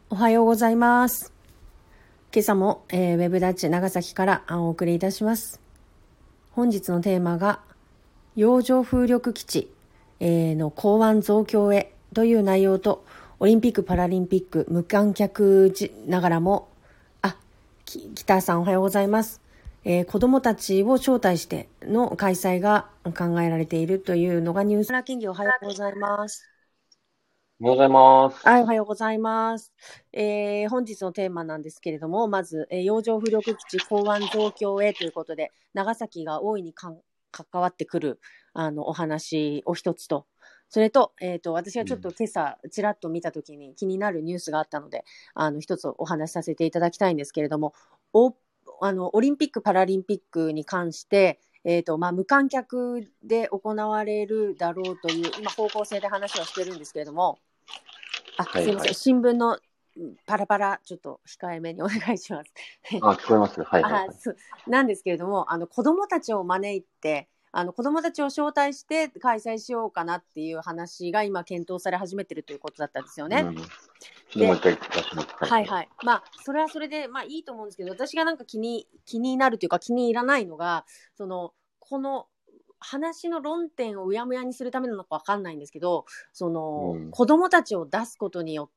おはようございます。今朝も、ウェブダッチ長崎からお送りいたします。本日のテーマが洋上風力基地、の港湾増強へという内容と、オリンピック・パラリンピック無観客ながらも、北さんおはようございます。子どもたちを招待しての開催が考えられているというのがニュース。金魚おはようございます。 おはようございます。 はい、おはようございます。本日のテーマなんですけれども、まず、洋上風力基地港湾増強へということで、長崎が大いに関わってくるお話を一つと、それと、私がちょっと今朝ちらっと見たときに気になるニュースがあったので、一つお話しさせていただきたいんですけれども、オリンピック・パラリンピックに関して、無観客で行われるだろうという、今方向性で話をしてるんですけれども、すいません、新聞のパラパラちょっと控えめにお願いします。 聞こえます。はいはい、はい。 なんですけれども、子どもたちを招いて、子どもたちを招待して開催しようかなっていう話が今検討され始めているということだったんですよね。 ちょっともう一回出します。 はいはい。それはそれで、いいと思うんですけど、私がなんか気になるというか気に入らないのが、この話の論点をうやむやにするためなのかわかんないんですけど、子供たちを出すことによって、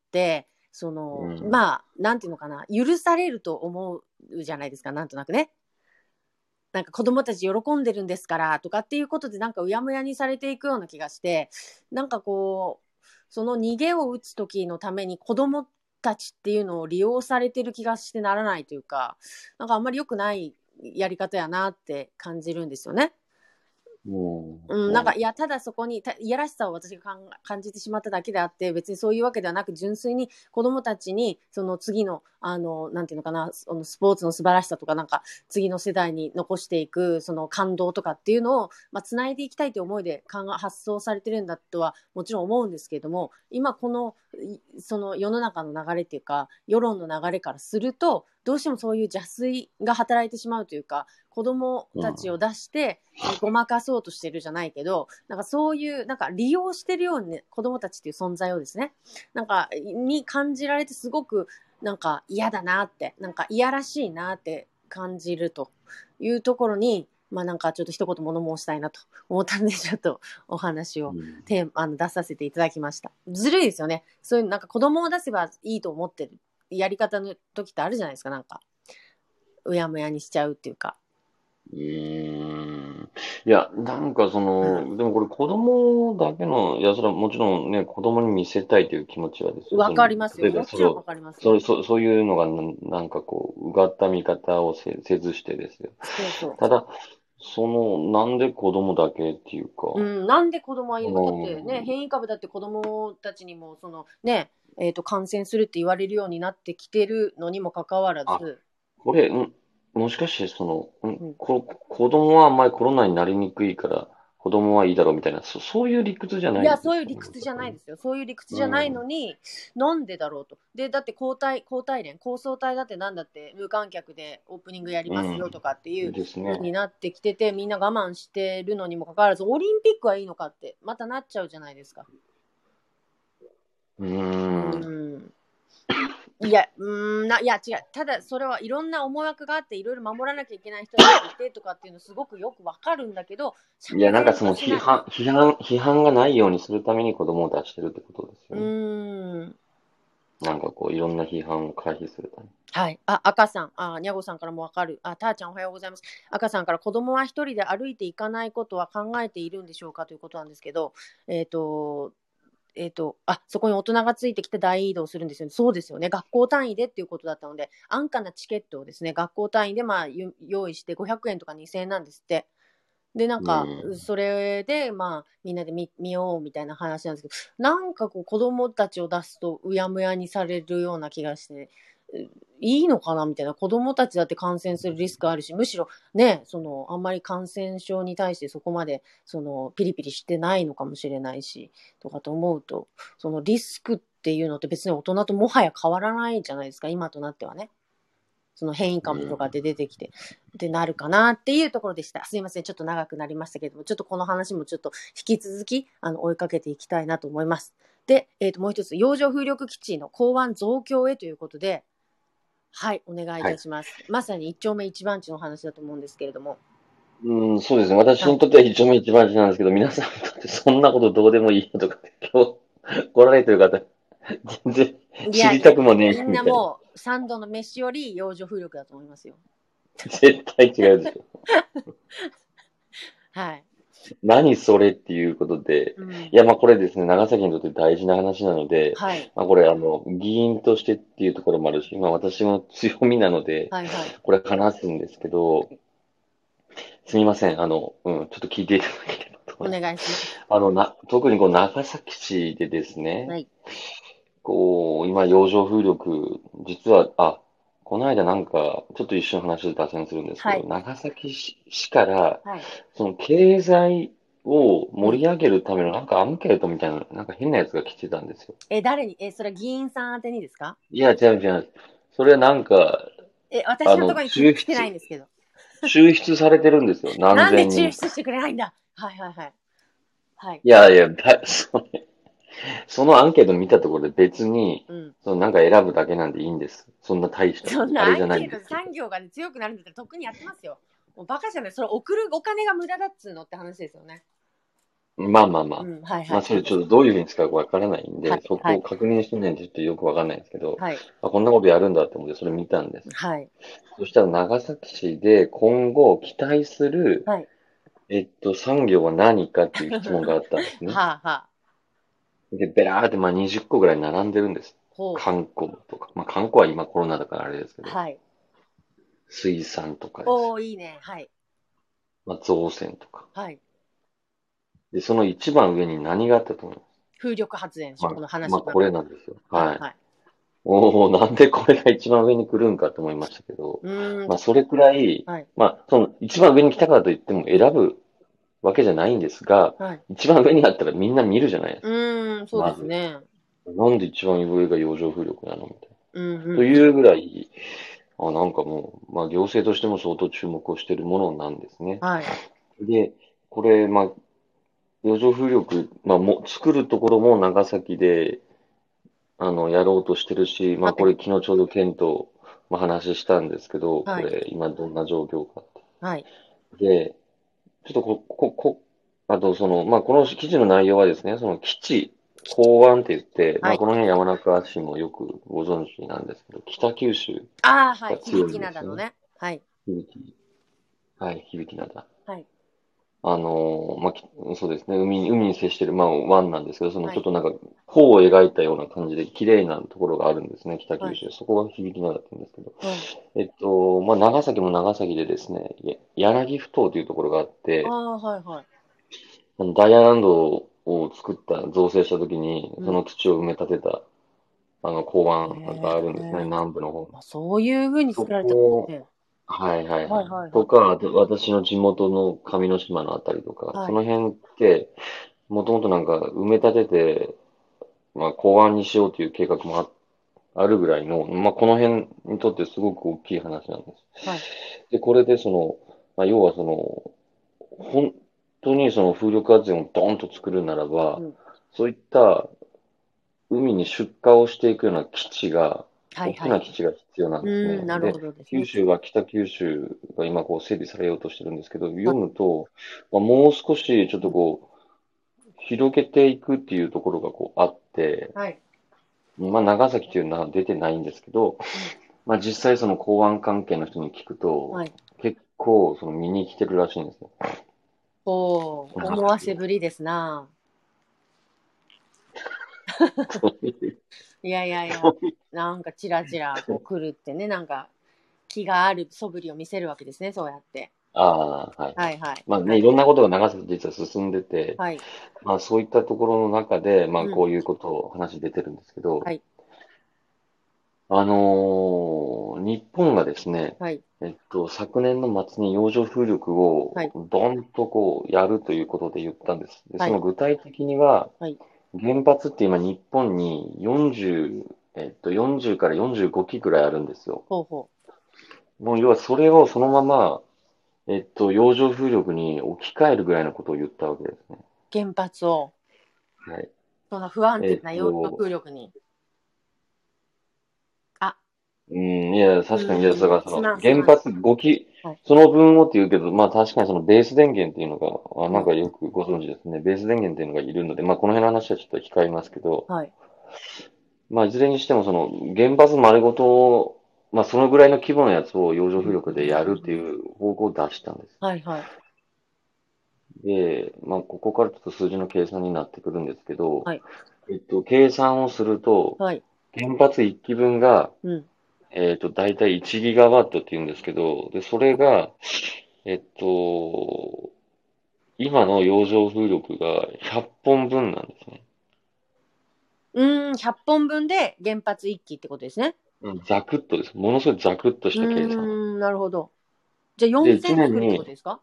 なんていうのかな、許されると思うじゃないですか、なんとなくね。なんか子供たち喜んでるんですからとかっていうことでなんかうやむやにされていくような気がして、なんかこう、その逃げを打つ時のために子供たちっていうのを利用されてる気がしてならないというか、なんかあんまり良くないやり方やなって感じるんですよね。なんか、いや、ただそこにいやらしさを私が感じてしまっただけであって、別にそういうわけではなく、純粋に子供たちに、その次の、なんていうのかな、スポーツの素晴らしさとか、なんか、次の世代に残していく、その感動とかっていうのを、繋いでいきたいという思いで発想されてるんだとは、もちろん思うんですけれども、今この、その世の中の流れっていうか、世論の流れからすると、どうしてもそういう邪推が働いてしまうというか、子供たちを出して、ごまかそうとしてるじゃないけど、なんかそういう、なんか利用してるように、ね、子供たちっていう存在をですね、なんか、に感じられてすごく、なんか嫌だなって、なんか嫌らしいなって感じるというところに、なんかちょっと一言物申したいなと思ったんで、ちょっとお話を出させていただきました。ずるいですよね。そういう、なんか子供を出せばいいと思ってるやり方の時ってあるじゃないですか、なんか。うやむやにしちゃうっていうか。 いや、なんかでもこれ子供だけの、いや、それはもちろんね、子供に見せたいという気持ちはですよ。 わかりますよ。 例えばもちろんわかります。 そういうのがなんかこう、うがった見方をせずしてですよ。 そう。 ただ、なんで子供だけっていうか、 なんで子供はいるの？だってね、変異株だって子供たちにも、感染するって言われるようになってきてるのにもかかわらず。 これ、もしかして子供はあんまりコロナになりにくいから、子供はいいだろうみたいな、そういう理屈じゃいや、 ないんですか？ そういう理屈じゃないですよ。そういう理屈じゃないのに、なんでだろうと。で、だって交代連、構想体だってなんだって無観客でオープニングやりますよとかっていうですね。 風になってきてて、みんな我慢してるのにもかかわらず、オリンピックはいいのかって、またなっちゃうじゃないですか。いや、違う。ただ、それはいろんな思惑があって、いろいろ守らなきゃいけない人がいてとかっていうのすごくよくわかるんだけど、 いや、なんか批判がないようにするために子供を出してるってことですよね。なんかこう、いろんな批判を回避するために。 はい。赤さん、にゃごさんからもわかる。たーちゃんおはようございます。赤さんから子供は一人で歩いていかないことは考えているんでしょうかということなんですけど、そこに大人がついてきて大移動するんですよね。そうですよね。学校単位でっていうことだったので、安価なチケットをですね、学校単位で用意して500円とか2000円なんですって。で、なんか、それで、みんなで見ようみたいな話なんですけど、なんかこう子供たちを出すとうやむやにされるような気がして、いいのかなみたいな。子供たちだって感染するリスクあるし、むしろね、あんまり感染症に対してそこまで、ピリピリしてないのかもしれないし、とかと思うと、そのリスクっていうのって別に大人ともはや変わらないじゃないですか、今となってはね。その変異株とかで出てきて、でなるかなっていうところでした。すいません。ちょっと長くなりましたけれども、ちょっとこの話もちょっと引き続き、追いかけていきたいなと思います。 で、もう一つ、洋上風力基地の港湾増強へということで、はい、お願いいたします。まさに一丁目一番地の話だと思うんですけれども。 そうですね。私にとっては一丁目一番地なんですけど、皆さんにとってそんなことどうでもいいやとかって、今日来られてる方、全然知りたくもねえみんみたいな。 なもう、3度の飯より洋上風力だと思いますよ。 絶対違うでしょ。 はい。 何それっていうことで、いや、まあこれですね、長崎にとって大事な話なので、 はい。 まあこれ議員としてっていうところもあるし、まあ私の強みなので、 はいはい。 これ話すんですけど、すみません、ちょっと聞いていただければとお思います。 願いします。 特に長崎市でですね、 はい。 今、洋上風力、実は、この間なんか、ちょっと一瞬話脱線するんですけど、 はい。 長崎市から、 はい。 その経済を盛り上げるためのなんかアンケートみたいな、なんか変なやつが来てたんですよ。 誰に、それは議員さん宛てにですか？ いや、違う違う。それはなんか、 私のところに来てないんですけど。 抽出されてるんですよ。何なんで千人。 抽出してくれないんだ。はいはいはい。はい。 いやいや、そのアンケート見たところで別に、 うん。 なんか選ぶだけなんでいいんです。そんな大した、 そんなあれじゃアンケーないんですけど。 トで産業が、ね、強くなるんだったらとっくにやってますよ。もうバカじゃない。それ送るお金が無駄だっつうのって話ですよね。 まあまあまあ。 うん。はいはい。 まあそれちょっとどういうふうに使うかわからないんで、 はいはい。 そこを確認してないんでちょっとよくわかんないんですけど、 はい。 こんなことやるんだって思ってそれ見たんです。 はい。 そしたら長崎市で今後期待する、 はい。 産業は何かっていう質問があったんですね。 はあはあ。 で、ベラーってまあ20個ぐらい並んでるんです。 ほう。 観光とか。まあ観光は今コロナだからあれですけど、 はい。 水産とかです。 おー、いいね。はい。 まあ造船とか。 はい。 で、その一番上に何があったと思いま風力発電でしょ、 す？まあ、 この話の。 まあこれなんですよ。はい。 はいはい。 おお、なんでこれが一番上に来るんかと思いましたけど、まあ、それくらい、 はい。 まあ、その、一番上に来たからといっても選ぶわけじゃないんですが、 はい。 一番上にあったらみんな見るじゃないですか。 そうでまず。 すね。 なんで一番上が洋上風力なのみたいな。とうん。 いうぐらい、なんかもう、まあ、行政としても相当注目をしているものなんですね。 はい。 で、これ、まあ、洋上風力、まあ、作るところも長崎で、やろうとしてるし、まあ、こはい。 れ昨日ちょうど県と、まあ、話したんですけど、こはい。 れ今どんな状況かっはい。 て。で、ちょっとあとまあ、この記事の内容はですね、その基地、港湾って言って、まあ、 はい。 この辺山中市もよくご存知なんですけど、北九州はい。 が強い響きんですよね。 灘のね。はい。 響き。はい、響き灘。 はい。 まあ、そうですね、海に接してる、まあ、湾なんですけど、 はい。 ちょっとなんか、弧を描いたような感じで、綺麗なところがあるんですね、北はい。 九州。そこが響き灘って言うんですけど。 はい。 まあ、長崎も長崎でですね、柳埠頭というところがあって、 はいはい。 ダイヤランドを作った、造成した時に、 うん。 その土を埋め立てた、港湾があるんですね、 へえ。 南部の方に。 そういう風にそ作られたんこ、 ですね。 はいはいはい。 はいはいはい。 とか、あと私の地元の上之島のあたりとか、 はい。 その辺って、もともとなんか埋め立てて、まあ、港湾にしようという計画もあるぐらいの、まあ、この辺にとってすごく大きい話なんです。 はい。 で、これでまあ、要は本当にその風力発電をドーンと作るならば、 うん。 そういった海に出荷をしていくような基地が、大きはいはい。 な基地が必要なんですね。 なるで、 ほどですね。 北九州が今整備されようとしてるんですけど、 はい。 読むと、まあ、もう少しちょっと広げていくっていうところがあって、 はい。 まあ、長崎っていうのは出てないんですけど、 うん。 まあ、実際その港湾関係の人に聞くと、 はい。 結構見に来てるらしいんですよ。 思わせぶりですな。いやいやいや、なんかチラチラ来るってね、なんか気がある素振りを見せるわけですね、そうやって。 ああ、はいはい。 はいはい。 まあね、いろんなことが長崎実は進んでて、 はい。 まあそういったところの中で、まあうん。 こういうことを話出てるんですけど、 はい。 日本がですね、 はい。 昨年の末に洋上風力をはい。 ドンとやるということで言ったんです。で、 はい。 その具体的には、 はい。 原発って今日本に40から45基くらいあるんですよ。 ほうほう。 もう要はそれをそのまま、洋上風力に置き換えるぐらいのことを言ったわけですね。 原発を。 はい。 その不安えっ定な洋上と、 風力に。あ、 いや、確かに、いや、だからその、原発5基、 はい。 その分をって言うけど、まあ確かにそのベース電源っていうのが、 うん。 なんかよくご存知ですね。ベース電源っていうのがいるので、まあこの辺の話はちょっと控えますけど、 はい。 まあいずれにしてもその、原発丸ごとを、まあそのぐらいの規模のやつを洋上風力でやるっていう方向を出したんです。 はいはい。 で、まあここからちょっと数字の計算になってくるんですけど、 はい。 計算をすると、 はい。 原発1基分が、 うん。 だいたい1ギガワットって言うんですけど、で、それが、えっと、今の洋上風力が100本分なんですね。 100本分で原発1基ってことですね。 うん、ザクッとです。ものすごいザクッとした計算。 なるほど。じゃあで、1 4000作るってこと年に、 ですか？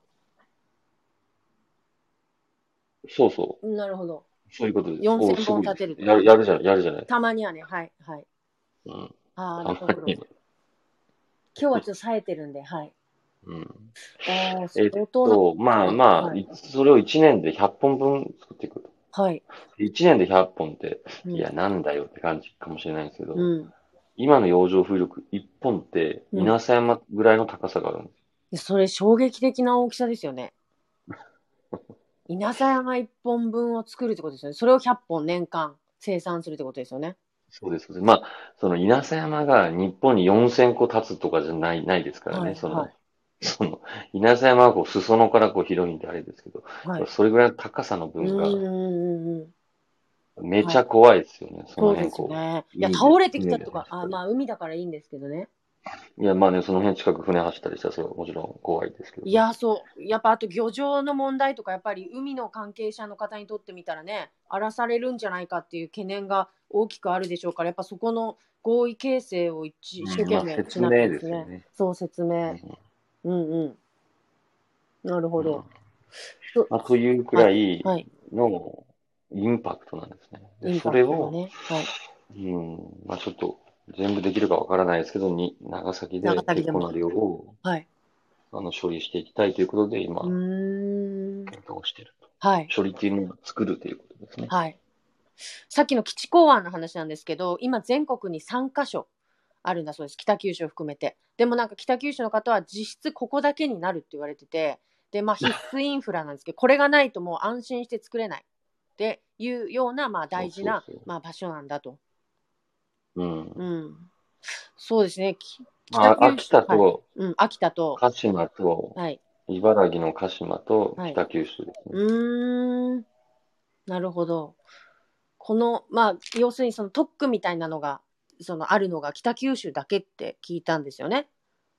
そうそなるほど。 う、そういうことです。お、 4000本すごいです。 立てると。 やるじゃない。 たまにはね、はい、はい。 うん。 ああ、 たなるほど。 まに。 今日はちょっと冴えてるんで、はい。 うん。 ああ、相当な、 まあまあ、 はい。 それを1年で100本分作っていくと。 はい。 1年で100本って、 うん。 いや、なんだよって感じかもしれないんですけうど、 ん。 今の洋上風力1本って、 うん。 稲佐山ぐらいの高さがあるんです。 それ衝撃的な大きさですよね。稲佐山1本分を作るってことですよね。それを100本年間生産するってことですよね。 そうです。まあ、その稲佐山が日本に4000個立つとかじゃないですからね。 はい、はい、 その、稲佐山はこう、裾野からこう広いんであれですけど、 はい。 それぐらいの高さの分が、 うん。 めちゃはい。 怖いですよね。そのそうです辺こね。 う、 いや、倒れてきたとか、 船で走ったあ、まあ、海だからいいんですけどね。 り。いや、まあね、その辺近く船走ったりしたら、それはもちろん怖いですけどね。 いや、そう。やっぱ、あと漁場の問題とか、やっぱり海の関係者の方にとってみたらね、荒らされるんじゃないかっていう懸念が大きくあるでしょうから、やっぱそこの合意形成を一生うん、まあ懸命しなきゃ説明ですね。 ですよね。 そう説明。 うん、 うんうん。なるほうん。 ど。そまあ、というくはい。 らいはい。 のインパクトなんですね。で、そインパれを、 クトがね。はい。 まあちょっと全部できるかわからないですけど、長崎長で崎でも。 結構な量を、 はい。 処理していきたいということで、 う今、 ーん。 検討していると。 はい。 処理っていうのを作るということですね。 はい。さっきの基地港湾の話なんですけど、今全国に3カ所あるんだそうです。北九州を含めて。でもなんか北九州の方は実質ここだけになるって言われてて、で、まあ必須インフラなんですけど、これがないともう安心して作れないっていうような、まあそう大事な、 そうそまあ場所なんだと。 う。うん。 うん。そうですね。 まあ、秋北九州、はい。 田と、 うん、秋田と、 鹿島と、 はい。 茨城の鹿島とはい。 北九州ですね。 なるほど。この、まあ、要するにその特区みたいなのが、そのあるのが北九州だけって聞いたんですよね。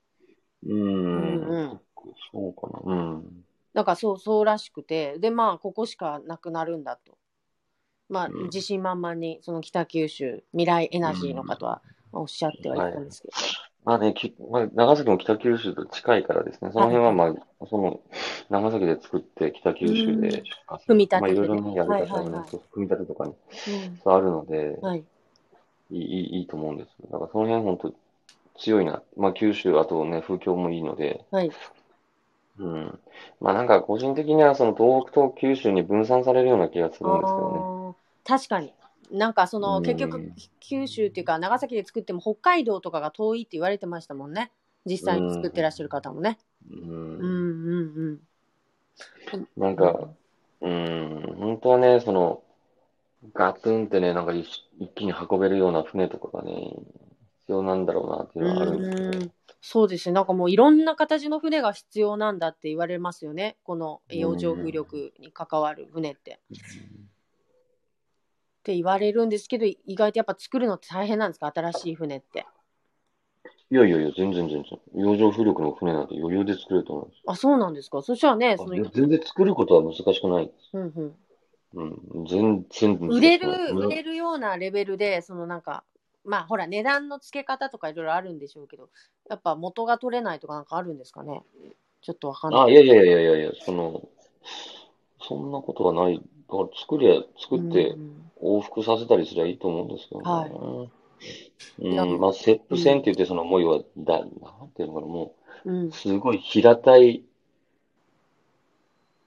うん。 そうかな。うん。 なんかそうらしくて、で、まあ、ここしかなくなるんだと。まあ、 うん。 自信満々に、その北九州未来エナジーのうん。 方はおっしゃってはいはい。 たんですけど。 まあね、まあ、長崎も北九州と近いからですね、そのはいはい。 辺はまあ、長崎で作って北九州で出荷す組みるとか、まあいろいろ立ててね。 なやりはい方がね、 はいはい。 そう組み立てとかね、 うん。 そうあるので、 はい。 いいと思うんですよ。だからその辺本当強いな。まあ九州、あとね、風況もいいので、 はい。 うん。まあなんか個人的にはその東北と九州に分散されるような気がするんですけどね。 ああ、確かに。なんかそうの結局ん。 九州っていうか長崎で作っても北海道とかが遠いって言われてましたもんね。実う際に作ってらっしゃん。 る方もね。 ううんん。 うんうん。 なんか、本当はね、ガツンってね、なんか一気に運べるような船とかがね、必要なんだろうなっていううのはあるんですけど。 ん。そうですね。なんかもういろんな形の船が必要なんだって言われますよね。このう洋上風ん。 力に関わる船って。って言われるんですけど、意外とやっぱ作るのって大変なんですか？新しい船って。 いや、全然。洋上風力の船なんて余裕で作れると思いあ、そうなんですか。そしたらね、 ます。いや、全然作ることは難しくないです。 うんうん。 うん。全然難しくない。 売れるようなレベルで、そのなんか、まあほら、値段の付け方とかいろいろあるんでしょうけど、やっぱ元が取れないとかなんかあるんですかね。ちょっとわかんない。 あ、いや、そんなことはない。だから作うってん。 往復させたりすりゃいいと思うんですけどはい。 ね。 いや、 まあ、切うん。 符船って言って、もう要は、なんていうのかな、もう、 うん。 すごい平たい、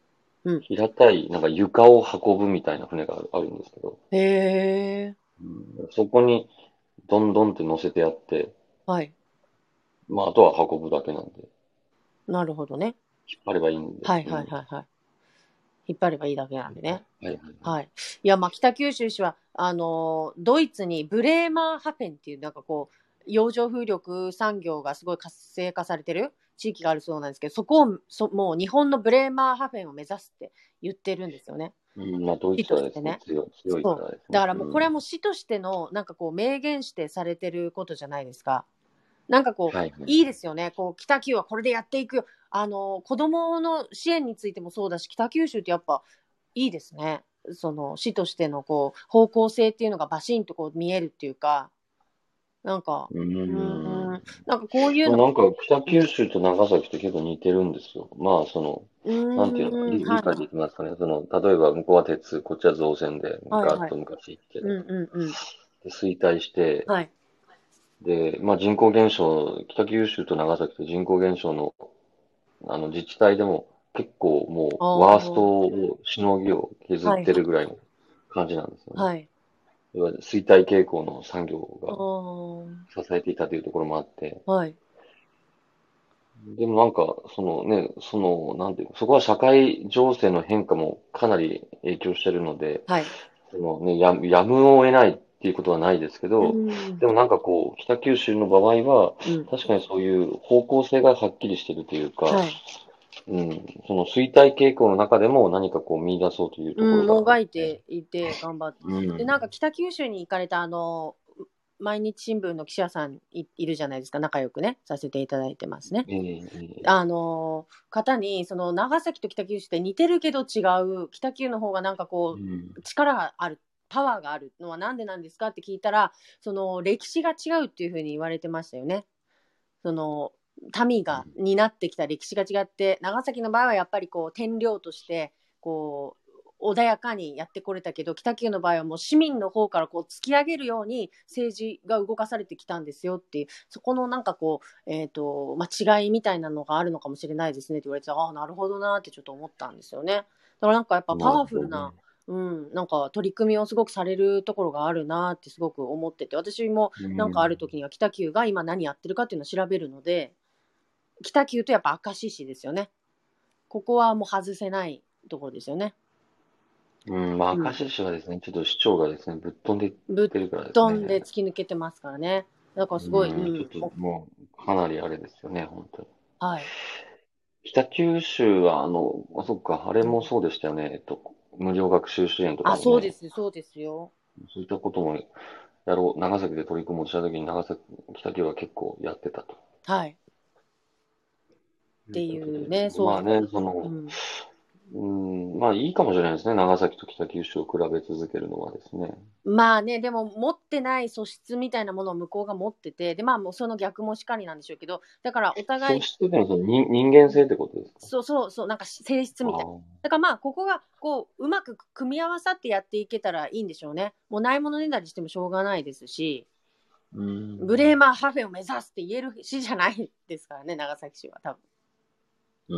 うん。 平たい、なんか床を運ぶみたいな船があるんですけど、 へえ。 そこにどんどんって乗せてやって、 はい。 まあ、あとは運ぶだけなんで、 なるほどね。 引っ張ればいいんで、 はいうん。 はいはいはい。引っ張ればいいだけなんでね。 はいはいはい。 はい。いや、まあ、北九州市は、ドイツにブレーマーハフェンっていう、なんかこう、洋上風力産業がすごい活性化されてる地域があるそうなんですけど、そこを、もう日本のブレーマーハフェンを目指すって言ってるんですよね。 うん、まあ、ドイ市ツはですね、 としてね。 強いそう。 からですね。 だからもうこれはうん。 もう市としての、なんかこう、明言してされてることじゃないですか。なんかこう、 はいはい。 いいですよね。こう、北九はこれでやっていくよ。子供の支援についてもそうだし、北九州ってやっぱいいですね。その市としてのこう方向性っていうのがバシンとこう見えるっていうか、なんか、 ううん。 ーん、なんかこういうの、 でもなんか北うん、 九州と長崎って結構似てるんですよ。まあ、 うなんていうのか、 ーん、はい、 理解できますかね。例えば向こうは鉄、こっちは造船で、 はい、はい。 ガーッと昔行って、 うんうんうん。 で衰退して、 はい。 で、まあ人口減少、北九州と長崎と人口減少の、自治体でも結構もあうワーストあ、 を、しのぎを削っはい、はい、 てるぐらいの感じなんですよね。 はい。 いわゆる衰退傾向の産業あがあ、 支えていたというところもあって、 はい、 でもなんか、なんていうか、そこは社会情勢の変化もかなり影響してるので、 はい。 やむを得ないっていうことはないですけうど、 ーん、 でもなんかこう、北九州の場合は、 うん、 確かにそういう方向性がはっきりしてるというか、 はい。 うん、その衰退傾向の中でも何かこう見出そうというところうん、もがあがいって、 ていて頑張って。で、 うん。 なんか北九州に行かれた毎日新聞の記者さんいるじゃないですか。仲良くね、させていただいてますね。方に、その長崎と北九州って似てるけど違う、北九の方がなんかこうん。 う、力がある、パワーがあるのはなんでなんですかって聞いたら、その歴史が違うっていうふうに言われてましたよね。その民が担ってきた歴史が違って、長崎の場合はやっぱりこう天領としてこう穏やかにやってこれたけど、北九の場合はもう市民の方からこう突き上げるように政治が動かされてきたんですよっていう、そこのなんかこう、違いみたいなのがあるのかもしれないですねって言われて、ああなるほどなってちょっと思ったんですよね。だからなんかやっぱパなるワフルな、 ほどね。 うん、なんか取り組みをすごくされるところがあるなってすごく思ってて、私もうなんかあん。 る時には北九が今何やってるかっていうのを調べるので、北九とやっぱ明石市ですよね。ここはもう外せないところですよね。 うん、まあ、 うん。 明石市はですね、ちょっと市長がですね、ぶっ飛んでいっぶってるからです飛んでね。 突き抜けてますからね。だからすごい、 うん、ちょっともう、かなりあれですよね、本当に。 はい。 北九州は、そっか、あれうん、 もそうでしたよね。無料学習支援とかあ、 もね、 そうですよ。 そういったことも長崎で取り組もうとしたときに北九は結構やってたとはい。っいうていことで。 うね、そう。 まあね、 うん。 まあいいかもしれないですね。長崎と北九州を比べ続けるのはですね。 まあね、でも持ってない素質みたいなものを向こうが持ってて、で、まあもうその逆もしかりなんでしょうけど、だからお互い、 そうしてでも人間性ってことですか？ そう、なんか性質みたいな。 ああ。 だからまあ、ここがこう、うまく組み合わさってやっていけたらいいんでしょうね。もうないものねだりしてもしょうがないですし、 うん。 ブレーマーハフェを目指すって言える市じゃないですからね、長崎市は多分。 うん。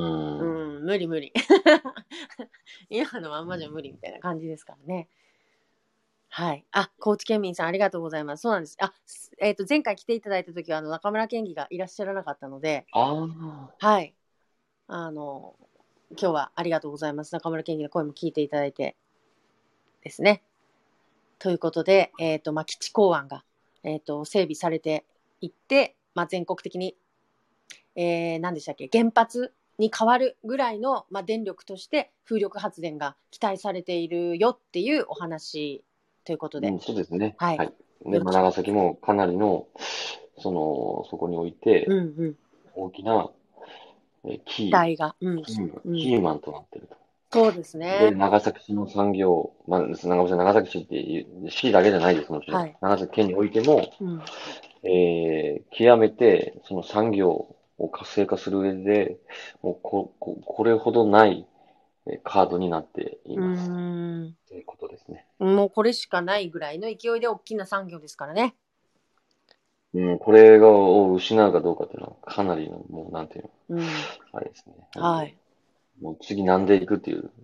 うん、無理無理。今のまんまじゃ無理みたいな感じですからね。はい。あ、高知県民さんありがとうございます。そうなんです。あ、前回来ていただいた時は、中村県議がいらっしゃらなかったので、 ああ。 はい。あの、今日はありがとうございます。中村県議の声も聞いていただいてですね。ということで、基地港湾が、整備されていって、全国的に、何でしたっけ、原発に変わるぐらいの、電力として風力発電が期待されているよっていうお話ということで、 うん、そうですね。 はい。 はい。で、まあ、 よろしく。 長崎もかなりの、そこにおいて、 うんうん。 大きな、 期待が。うん。うん。 キーマンとなっていると。 そうですで、 ね。 長崎市の産業、長崎市っていう市だけじゃないです、もちろん。 はい。 長崎県においても、 うん。 極めて、その産業を活性化する上で、もうこれほどないカードになっていうーます。 ん。 ということですね。 もうこれしかないぐらいの勢いで大きな産業ですからね。 うん、これを失うかどうかっていうのはかなりの、もうなんていうの、 うん。 あれですね。本当に。 はい。 もう次なんでいくっていう。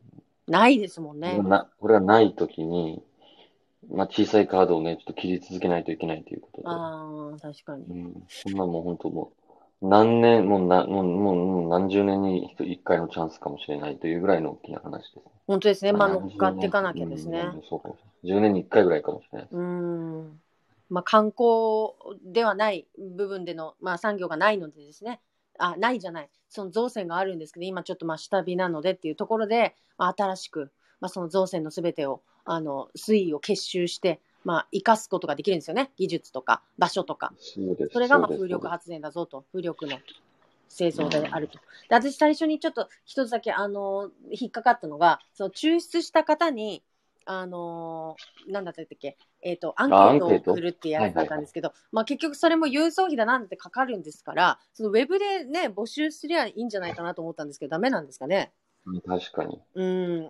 ないですもんね。 これがないときに、まあ、小さいカードをね、ちょっと切り続けないといけないということで。 ああ、確かに。 こんなもう本当もう、何年、もう何十年に一回のチャンスかもしれないというぐらいの大きな話ですね。 本当ですね。 まあ、 まあ、乗っ何十かってい年、 かなきゃですね。 そうかもしれない。10年に1回ぐらいかもしれないでうす。 ん。まあ、観光ではない部分での、まあ、産業がないのでですね。ないじゃない。その造船があるんですけど、今ちょっとまあ下火なのでっていうところで、まあ、新しく、まあ、その造船のすべてを、水位を結集して、まあ、生かすことができるんですよね。技術とか場所とか。 そうです、 それがまあそうです、そうです。 風力発電だぞと。風力の製うん。 造であると。で、私最初にちょっと一つだけ、引っかかったのが、その抽出した方に、なんだったっけ、アンケアートをンケート。 送るってやつだはいはいはい。 ったんですけど、まあ結局それも郵送費だなんてかかるんですから、そのウェブでね、募集すりゃいいんじゃないかなと思ったんですけど、ダメなんですかね。 確かに。 うん。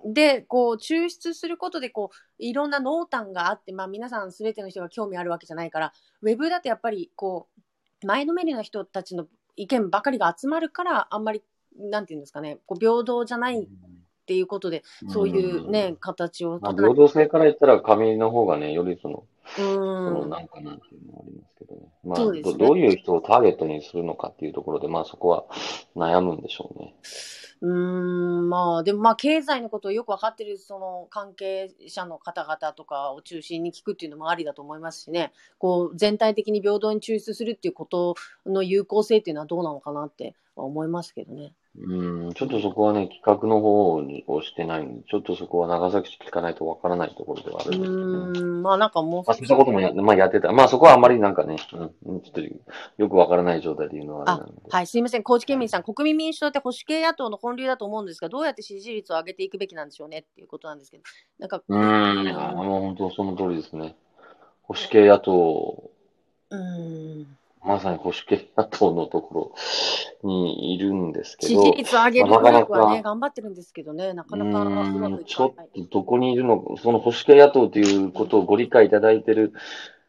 で、こう、抽出することで、こう、いろんな濃淡があって、まあ皆さんすべての人が興味あるわけじゃないから、ウェブだとやっぱり、こう、前のめりの人たちの意見ばかりが集まるから、あんまり、なんていうんですかね、こう平等じゃないっていうことで、 うそういうん。 ね、形をまあ、 取らない。 平等性から言ったら紙の方がね、よりうなん。 んかなんていうのがありますけどね。まあ、 そうですね。 どういう人をターゲットにするのかっていうところで、まあそこは悩むんでしょうね。 まあ、でもまあ、経済のことをよくわかってる、その関係者の方々とかを中心に聞くっていうのもありだと思いますしね、こう、全体的に平等に抽出するっていうことの有効性っていうのはどうなのかなって思いますけどね。 ちょっとそこはね、企画の方をしてないので、ちょっとそこは長崎市聞かないとわからないところではあるんですけどね。 まあなんかもう、 まあそういったこともまあやってた。まあそこはあんまりなんかね、ちょっとよくわからない状態で言うのはあれなので。 はい、すいません。高知県はい。 民さん、国民民主党って保守系野党の本流だと思うんですが、どうやって支持率を上げていくべきなんでしょうねっていうことなんですけど、なんか、 もう本当その通りですね。保守系野党、 うーん、 まさに保守系野党のところにいるんですけ支持ど、 率を上げるまあなか努力はね、 なか、 頑張ってるんですけどね、なかなかうまくいちょっかない。 とどこにいるのか、その保守系野党ということをご理解いただいている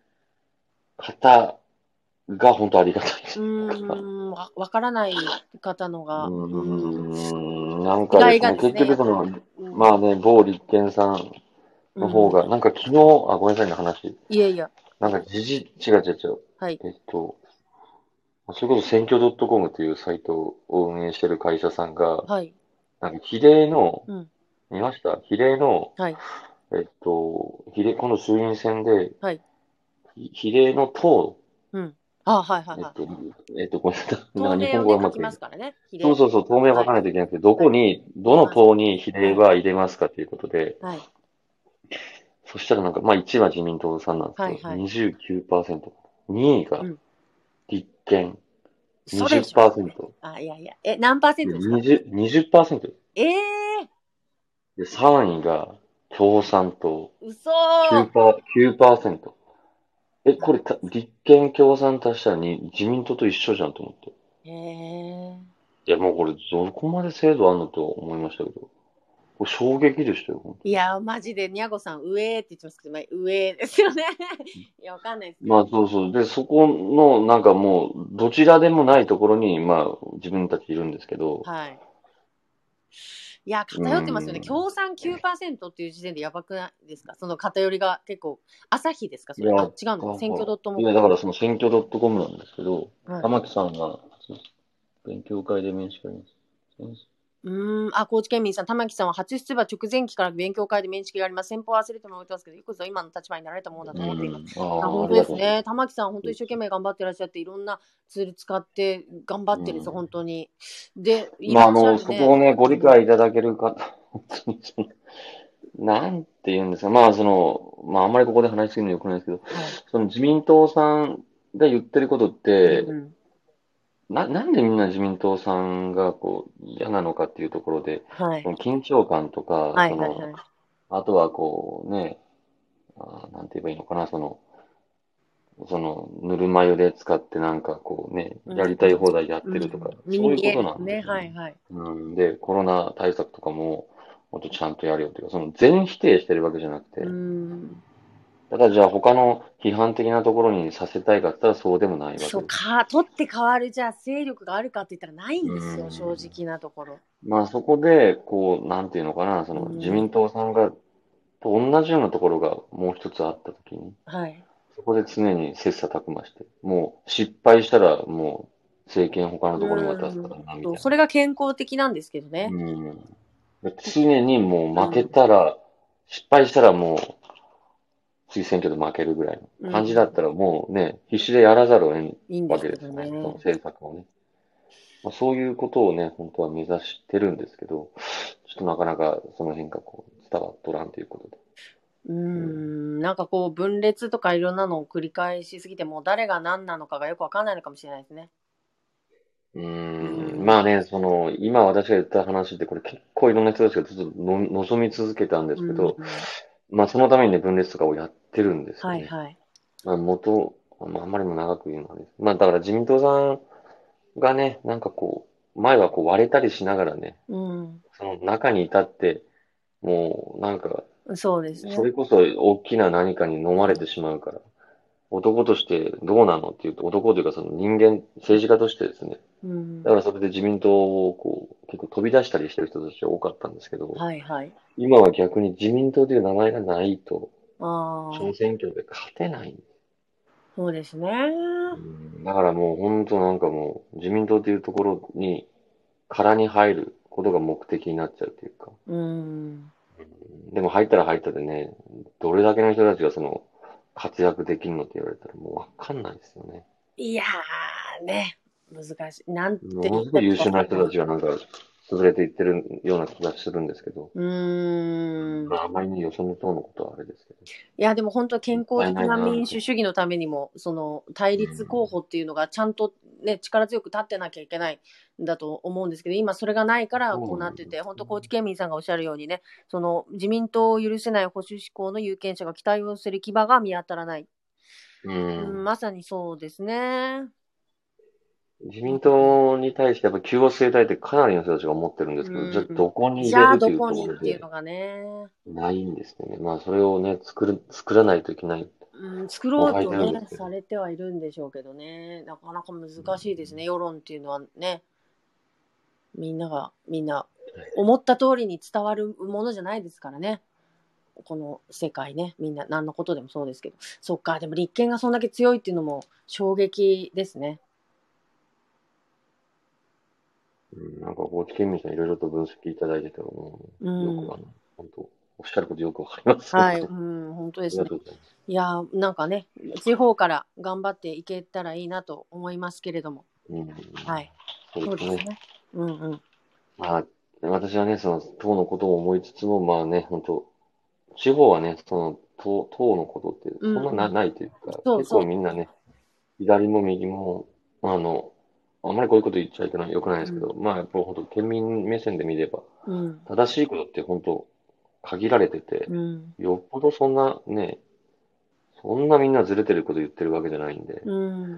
方が本当ありがたいです。 わからない方のが、 なんかで違いすね、結がですね、やっぱ、 局まあね、某立憲さんうん、 の方が、なんか昨日、ごめんなさいね、話。 いやいや、 なんか違う違う違う。 はい、 それこそ選挙 .com というサイトを運営している会社さんが、 はい、 なんか比例の、 うん、 見ました比例の、 はい、 この衆院選で、 はい、 比例の党、 うん。はいはいはい。 ごめんなさい。なんか日本透明をね、書き語がうまく言えない。 ますからね、比例。 そうそうそう、透明を書かはい、 ないといけなくて、 はい、 どの入れます。 党に比例はい、 は入れますかということで、 はい、 そしたらなんか、まあ1は自民党さんなんですけはい、 ど、 はい、 29%。2位がうん。 立憲嘘でしょ。 20%。 いやいや、何パーセントで、 ですか？ 20%。 ええで、3位が共産党嘘ー。 9%。これ立憲共産足したら自民党と一緒じゃんと思って。 へえ。 いや、もうこれどこまで精度あんのと思いましたけど、これ衝撃でしたよ、本当に。 いや、マジで、にゃごさん、上って言ってますけど、まあ、上ですよね。いや、わかんないですけど。 まあそうそう。で、そこの、なんかもう、どちらでもないところに、まあ、自分たちいるんですけど、 はい。いや、 うー偏ってますよね。 ん。 共産9%っていう時点でやばくないですか？その偏りが結構、朝日ですかそれ。 いや、 違うのか。選挙ドットいや、 も。 だからその選挙 .com なんですけど、 はい。 玉木さんが、勉強会で面識あります。 高知県民さん、玉木さんは初出馬直前期から勉強会で面識があります。先方は忘れてもらってますけど、よくぞ今の立場になられたものだと思っています。 あ本当りがとうございまですね。玉木さん、本当に一生懸命頑張ってらっしゃって、いろんなツール使って頑張す。 ってるんですよ、本当に。で、いまあ、 らっしゃるね。 そこをね、ご理解いただける方、本当になんて言うんですか、まあ、まあ、あんまりここで話しすぎるのよくないですけど、 はい。 その自民党さんが言ってることって、 うん。 なんでみんな自民党さんが嫌なのかっていうところで、 はい。 その緊張感とか、 はいはいはい。 あとはなんて言えばいいのかな、ぬるま湯で使ってなんかうん。 やりたい放題やっうてるとか、 ん。ミニ見そういうことなえですね。 んですよね。 はいはい。 で、コロナ対策とかも、もっとちゃんとやるよというか、全否定してるわけじゃなくうて、 ん。 ただじゃあ他の批判的なところにさせたいかって言ったらそうでもないわけそうです。 か、取って変わるじゃあ勢力があるかって言ったらないんうですよ、正ん。 直なところ。 まあそこで、こう、なんていうのかな、そうの自ん。 民党さんが、と同じようなところがもう一つあったときに、 はい。 そこで常に切磋琢磨して、もう失敗したらもう政権他のところに渡すからな、みたいな。 それが健康的なんですけどね。 うん。常にもう負けうん。 たら、失敗したらもう次選挙で負けるぐらいのうん。 感じだったらもうね、必死でやらざるを得んいいんでわすけどけですよね。そのね。 政策をね。まあ、そういうことをね、本当は目指してるんですけど、ちょっとなかなかその辺がこう伝わっとらんということで。うん。 なんかこう分裂とかいろんなのを繰り返しすぎて、もう誰が何なのかがよくわかんないのかもしれないですね。 まあね、その、今私が言った話ってこれ結構いろんな人たちがずっとの望み続けたんですけど、まあそのためにね、分裂とかをやってるんですよね。 はいはい。 まあまああんまりも長く言うのはね。まあだから自民党さんがね、なんかこう、前はこう割れたりしながらね、 うん。 その中に至って、もうなんか、 そうですね。 それこそ大きな何かに飲まれてしまうから、男としてどうなのっていうと、男というかその人間、政治家としてですね、 うん。 だからそれで自民党をこう、結構飛び出したりしてる人たちが多かったんですけど、 はいはい。 今は逆に自民党という名前がないと、 ああ、 小選挙で勝てない。 そうですね。 だからもう本当なんかもう、自民党というところに、殻に入ることが目的になっちゃうというか。 うん。 でも入ったら入ったでね、どれだけの人たちがその、活躍できるのって言われたらもうわかんないですよね。 いやーね、難しい。なんて言っものすごい優たらいいかわ秀な人かんない。 たちがなんか、潰れていってるような気がするんですけど。 うーん。 まあ、あまりによその党のことはあれですけど。 いや、でも本当はも健康的ったいないな民主なぁと。 主義のためにも、その対う立候ん。 補っていうのがちゃんとね、力強く立ってなきゃいけないんだと思うんですけど、今それがないからそうなんでこうなってて、本当、 すよ。 高知県民さんがおっしゃるようにね、その自民党を許せない保守志向の有権者が期待をする牙が見当たらない。 うん。 まさにそうですね。 自民党に対してやっぱ急を据えたいってかなりの人たちが思ってるんですけど、じゃあうん。 どこに入じゃあ、 れるというどこにっところでていうのがね、 ないんですよね。まあそれをね、作らないといけない。 作ろもがいてうとね、 るんですけど。 されてはいるんでしょうけどね、なかなか難しいですね、世論っていうのはね。みんな思った通りに伝わるものじゃないですからね。この世界ね、みんな何のことでもそうですけど。そっか、でも立憲がそんだけ強いっていうのも衝撃ですね。 なんか高知県民さんいろいろと分析いただいてても、 うん。 本当、おっしゃることよくわかりますね。 はい、本当ありがですね。 とうございます。 いやー、なんかね、地方から頑張っていけたらいいなと思いますけれども。 うん、 はい。 そうですね。 そうですね。うんうん。 まあ、私はね、その党のことを思いつつも、まあね、本当地方はね、その党のことってそんなうんうん。 ないというか、結そうそう。 構みんなね、左も右も、あんまりこういうこと言っちゃいけない、良くないですけど、まあやっぱり本当県民目線で見れば、 うん。 正しいことって本当限られてて、 うん。 よっぽどそんなね、そんなみんなずれてること言ってるわけじゃないんで、 うん。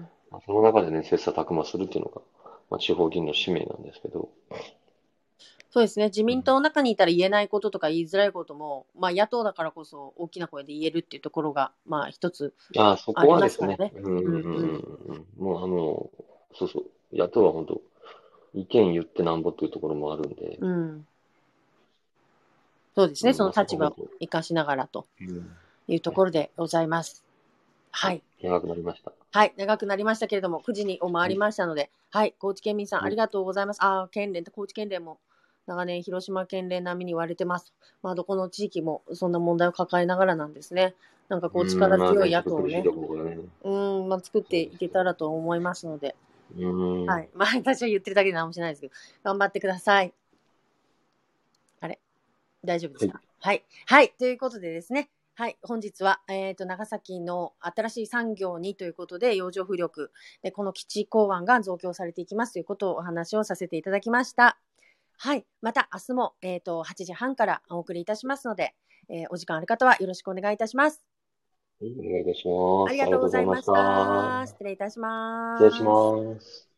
まあその中でね、切磋琢磨するっていうのが、まあ地方議員の使命なんですけど、 そうですね。自うん民党の中にいたら言えないこととか言いづらいことも、まあ野党だからこそ大きな声で言えるっていうところが、まあ一つああ、そこありはですね、 ますからね。うんうん。 もうそうそう、野党は本当、意見言ってなんぼっていうところもあるんで、 うん。そうですね。そのまあそこ立場をは本当、 生かしながらとうん、 いうとはい、 ころでございます。 はい、 はい。 長くなりました。 はい。長くなりましたけれども、9時に回りはい、 ましたので、はい。高知県民さん、あはい、 りがとうございます。県連と高知県連も長年、広島県連並みに言われてます。まあ、どこの地域もそんな問題を抱えながらなんですね。なんかこう、力まあね、ちょ強い野っと苦しい党をね、 ところがね、 まあ、作ってそうですよ。 いけたらと思いますので、 うん、 はい。まあ、私は言ってるだけで何もしないですけど、頑張ってください。あれ大丈夫ですはい、 か？はい。はい。ということでですね。はい。本日は、長崎の新しい産業にということで、洋上風力で、この基地港湾が増強されていきますということをお話をさせていただきました。はい。また明日も、8時半からお送りいたしますので、お時間ある方はよろしくお願いいたします。 お願いいたします。ありがありがとうとうございましございました。 た。 失礼いたし失礼します。 ます。